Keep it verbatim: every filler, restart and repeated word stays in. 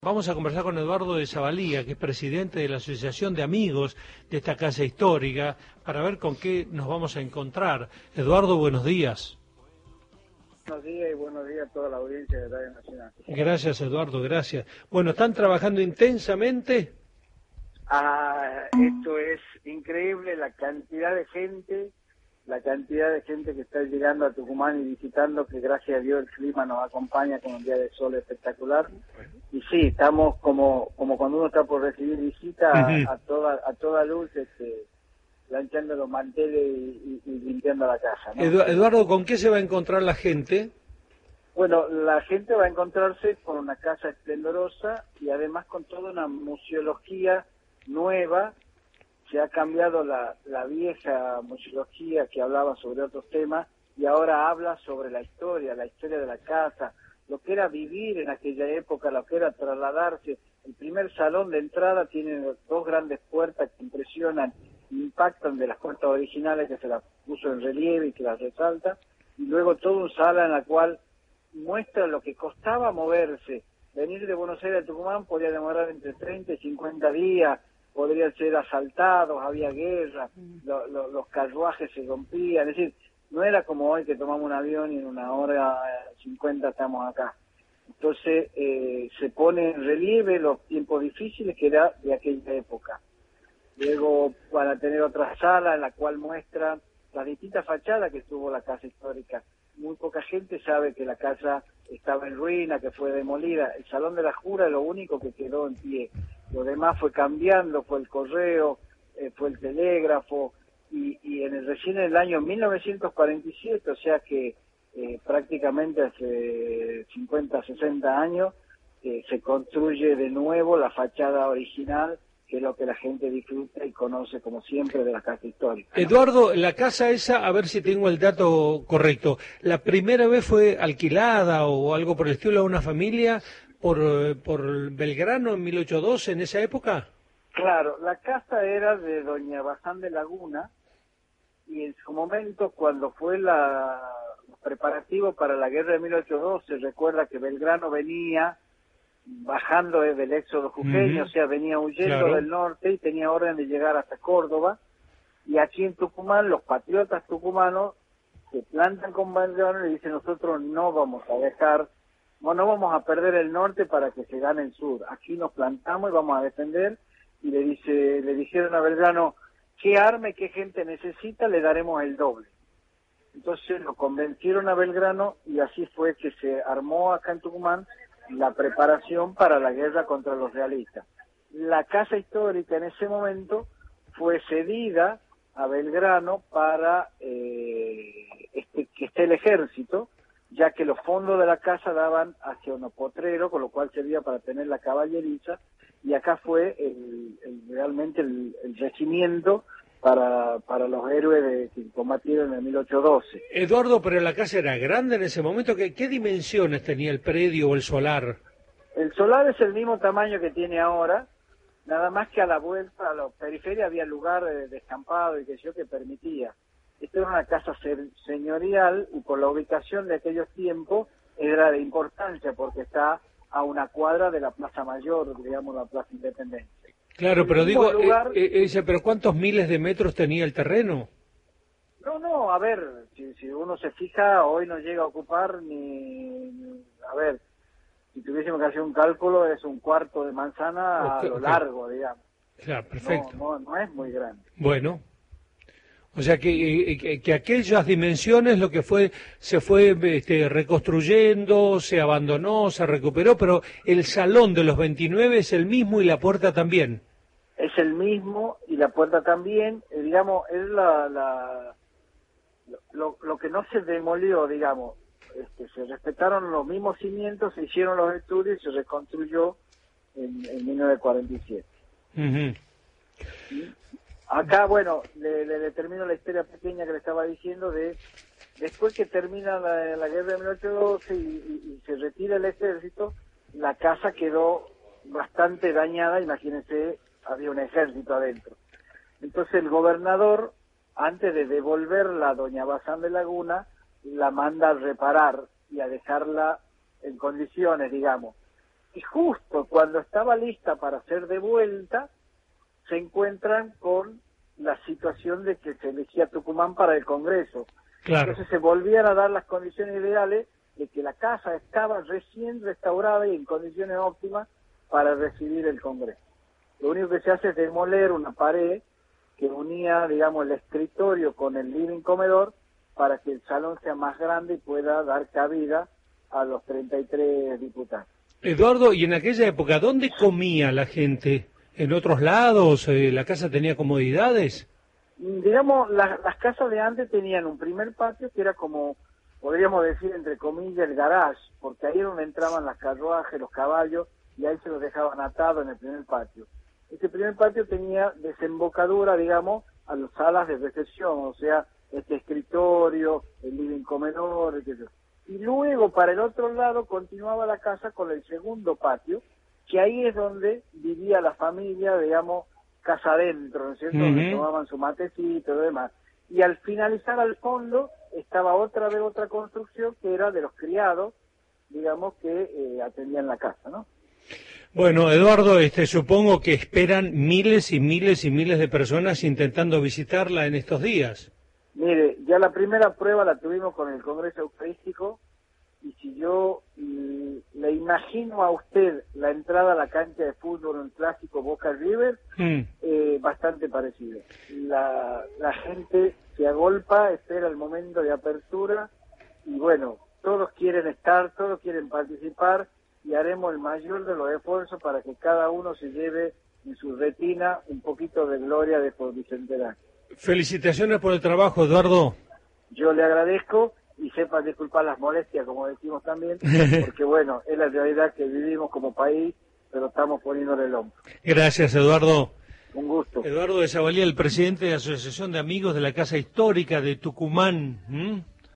Vamos a conversar con Eduardo de Zavalía, que es presidente de la Asociación de Amigos de esta Casa Histórica, para ver con qué nos vamos a encontrar. Eduardo, buenos días. Buenos días y buenos días a toda la audiencia de Radio Nacional. Gracias, Eduardo, gracias. Bueno, ¿están trabajando intensamente? Ah, esto es increíble, la cantidad de gente, la cantidad de gente que está llegando a Tucumán y visitando, que gracias a Dios el clima nos acompaña con un día de sol espectacular. Y sí, estamos como como cuando uno está por recibir visita a, Uh-huh. a toda a toda luz, este, planchando los manteles y, y, y limpiando la casa, ¿no? Edu- Eduardo, ¿con qué se va a encontrar la gente? Bueno, la gente va a encontrarse con una casa esplendorosa y además con toda una museología nueva. Se ha cambiado la, la vieja museología que hablaba sobre otros temas y ahora habla sobre la historia, la historia de la casa, lo que era vivir en aquella época, lo que era trasladarse. El primer salón de entrada tiene dos grandes puertas que impresionan, impactan de las puertas originales que se las puso en relieve y que las resalta, y luego toda una sala en la cual muestra lo que costaba moverse. Venir de Buenos Aires a Tucumán podía demorar entre treinta y cincuenta días, podrían ser asaltados, había guerra, lo, lo, los carruajes se rompían, es decir, no era como hoy que tomamos un avión y en una hora cincuenta estamos acá. Entonces eh, se pone en relieve los tiempos difíciles que era de aquella época. Luego van a tener otra sala en la cual muestra las distintas fachadas que tuvo la casa histórica. Muy poca gente sabe que la casa estaba en ruina, que fue demolida. El Salón de la Jura es lo único que quedó en pie. Lo demás fue cambiando, fue el correo, eh, fue el telégrafo, y, y en el, recién en el año mil novecientos cuarenta y siete, o sea que eh, prácticamente hace cincuenta, sesenta años, eh, se construye de nuevo la fachada original, que es lo que la gente disfruta y conoce como siempre de la casa histórica, ¿no? Eduardo, la casa esa, a ver si tengo el dato correcto, ¿la primera vez fue alquilada o algo por el estilo a una familia por, eh, por Belgrano en mil ochocientos doce, en esa época? Claro, la casa era de doña Bazán de Laguna, y en su momento, cuando fue la los preparativos para la guerra de mil ochocientos doce, recuerda que Belgrano venía bajando desde el éxodo jujeño, Uh-huh. o sea, venía huyendo Claro. del norte y tenía orden de llegar hasta Córdoba, y aquí en Tucumán los patriotas tucumanos se plantan con Belgrano y dicen: nosotros no vamos a dejar, no, no vamos a perder el norte para que se gane el sur, aquí nos plantamos y vamos a defender. Y le dice, le dijeron a Belgrano: qué arme, qué gente necesita, le daremos el doble. Entonces lo convencieron a Belgrano y así fue que se armó acá en Tucumán la preparación para la guerra contra los realistas. La casa histórica en ese momento fue cedida a Belgrano para eh, este, que esté el ejército, ya que los fondos de la casa daban hacia unos potreros, con lo cual servía para tener la caballeriza, y acá fue el, el, realmente el, el regimiento para, para los héroes de, que combatieron en mil ochocientos doce. Eduardo, pero la casa era grande en ese momento. ¿Qué, qué dimensiones tenía el predio o el solar? El solar es el mismo tamaño que tiene ahora, nada más que a la vuelta, a la periferia había lugar de descampado y que yo que permitía. Esta era una casa señorial y por la ubicación de aquellos tiempos era de importancia porque está a una cuadra de la Plaza Mayor, digamos la Plaza Independencia. Claro, pero El digo, mismo lugar- eh, eh, ese, pero ¿cuántos miles de metros tenía el terreno? No, no, a ver, si, si uno se fija, hoy no llega a ocupar ni, ni- a ver, si tuviésemos que hacer un cálculo, es un cuarto de manzana Ok, a lo ok. largo, digamos. Claro, perfecto. No, no, no es muy grande. Bueno, o sea que, eh, que, que aquellas dimensiones lo que fue, se fue este, reconstruyendo, se abandonó, se recuperó, pero el salón de los veintinueve es el mismo y la puerta también. Es el mismo y la puerta también, eh, digamos, es la, la lo, lo que no se demolió, digamos, este, se respetaron los mismos cimientos, se hicieron los estudios y se reconstruyó en, en mil novecientos cuarenta y siete. Ujú. Acá, bueno, le, le, le termino la historia pequeña que le estaba diciendo de después que termina la, la guerra de mil ochocientos doce y, y, y se retira el ejército, la casa quedó bastante dañada, imagínense, había un ejército adentro. Entonces el gobernador, antes de devolverla a doña Bazán de Laguna, la manda a reparar y a dejarla en condiciones, digamos. y justo cuando estaba lista para ser devuelta, se encuentran con la situación de que se elegía Tucumán para el Congreso. Claro. Entonces se volvían a dar las condiciones ideales de que la casa estaba recién restaurada y en condiciones óptimas para recibir el Congreso. Lo único que se hace es demoler una pared que unía, digamos, el escritorio con el living comedor para que el salón sea más grande y pueda dar cabida a los treinta y tres diputados. Eduardo, y en aquella época, ¿dónde comía la gente? ¿En otros lados? Eh, ¿La casa tenía comodidades? Digamos, la, las casas de antes tenían un primer patio que era como, podríamos decir, entre comillas, el garage, porque ahí es donde entraban las carruajes, los caballos, y ahí se los dejaban atados en el primer patio. Este primer patio tenía desembocadura, digamos, a las salas de recepción, o sea, este escritorio, el living comedor, etcétera. Y luego, para el otro lado, continuaba la casa con el segundo patio, que ahí es donde vivía la familia, digamos, casa adentro, ¿no es cierto? Uh-huh. Donde tomaban su matecito y lo demás. Y al finalizar al fondo, estaba otra vez otra construcción que era de los criados, digamos, que eh, atendían la casa, ¿no? Bueno, Eduardo, este, supongo que esperan miles y miles y miles de personas intentando visitarla en estos días. Mire, ya la primera prueba la tuvimos con el Congreso Eucarístico, y si yo mm, le imagino a usted la entrada a la cancha de fútbol en el clásico Boca River, mm. eh, bastante parecido. La, la gente se agolpa, espera el momento de apertura, y bueno, todos quieren estar, todos quieren participar, y haremos el mayor de los esfuerzos para que cada uno se lleve en su retina un poquito de gloria de por bicentenario. Felicitaciones por el trabajo, Eduardo. Yo le agradezco y sepa disculpar las molestias, como decimos también, porque bueno, es la realidad que vivimos como país, pero estamos poniéndole el hombro. Gracias, Eduardo. Un gusto. Eduardo de Zavalía, el presidente de la Asociación de Amigos de la Casa Histórica de Tucumán. ¿Mm?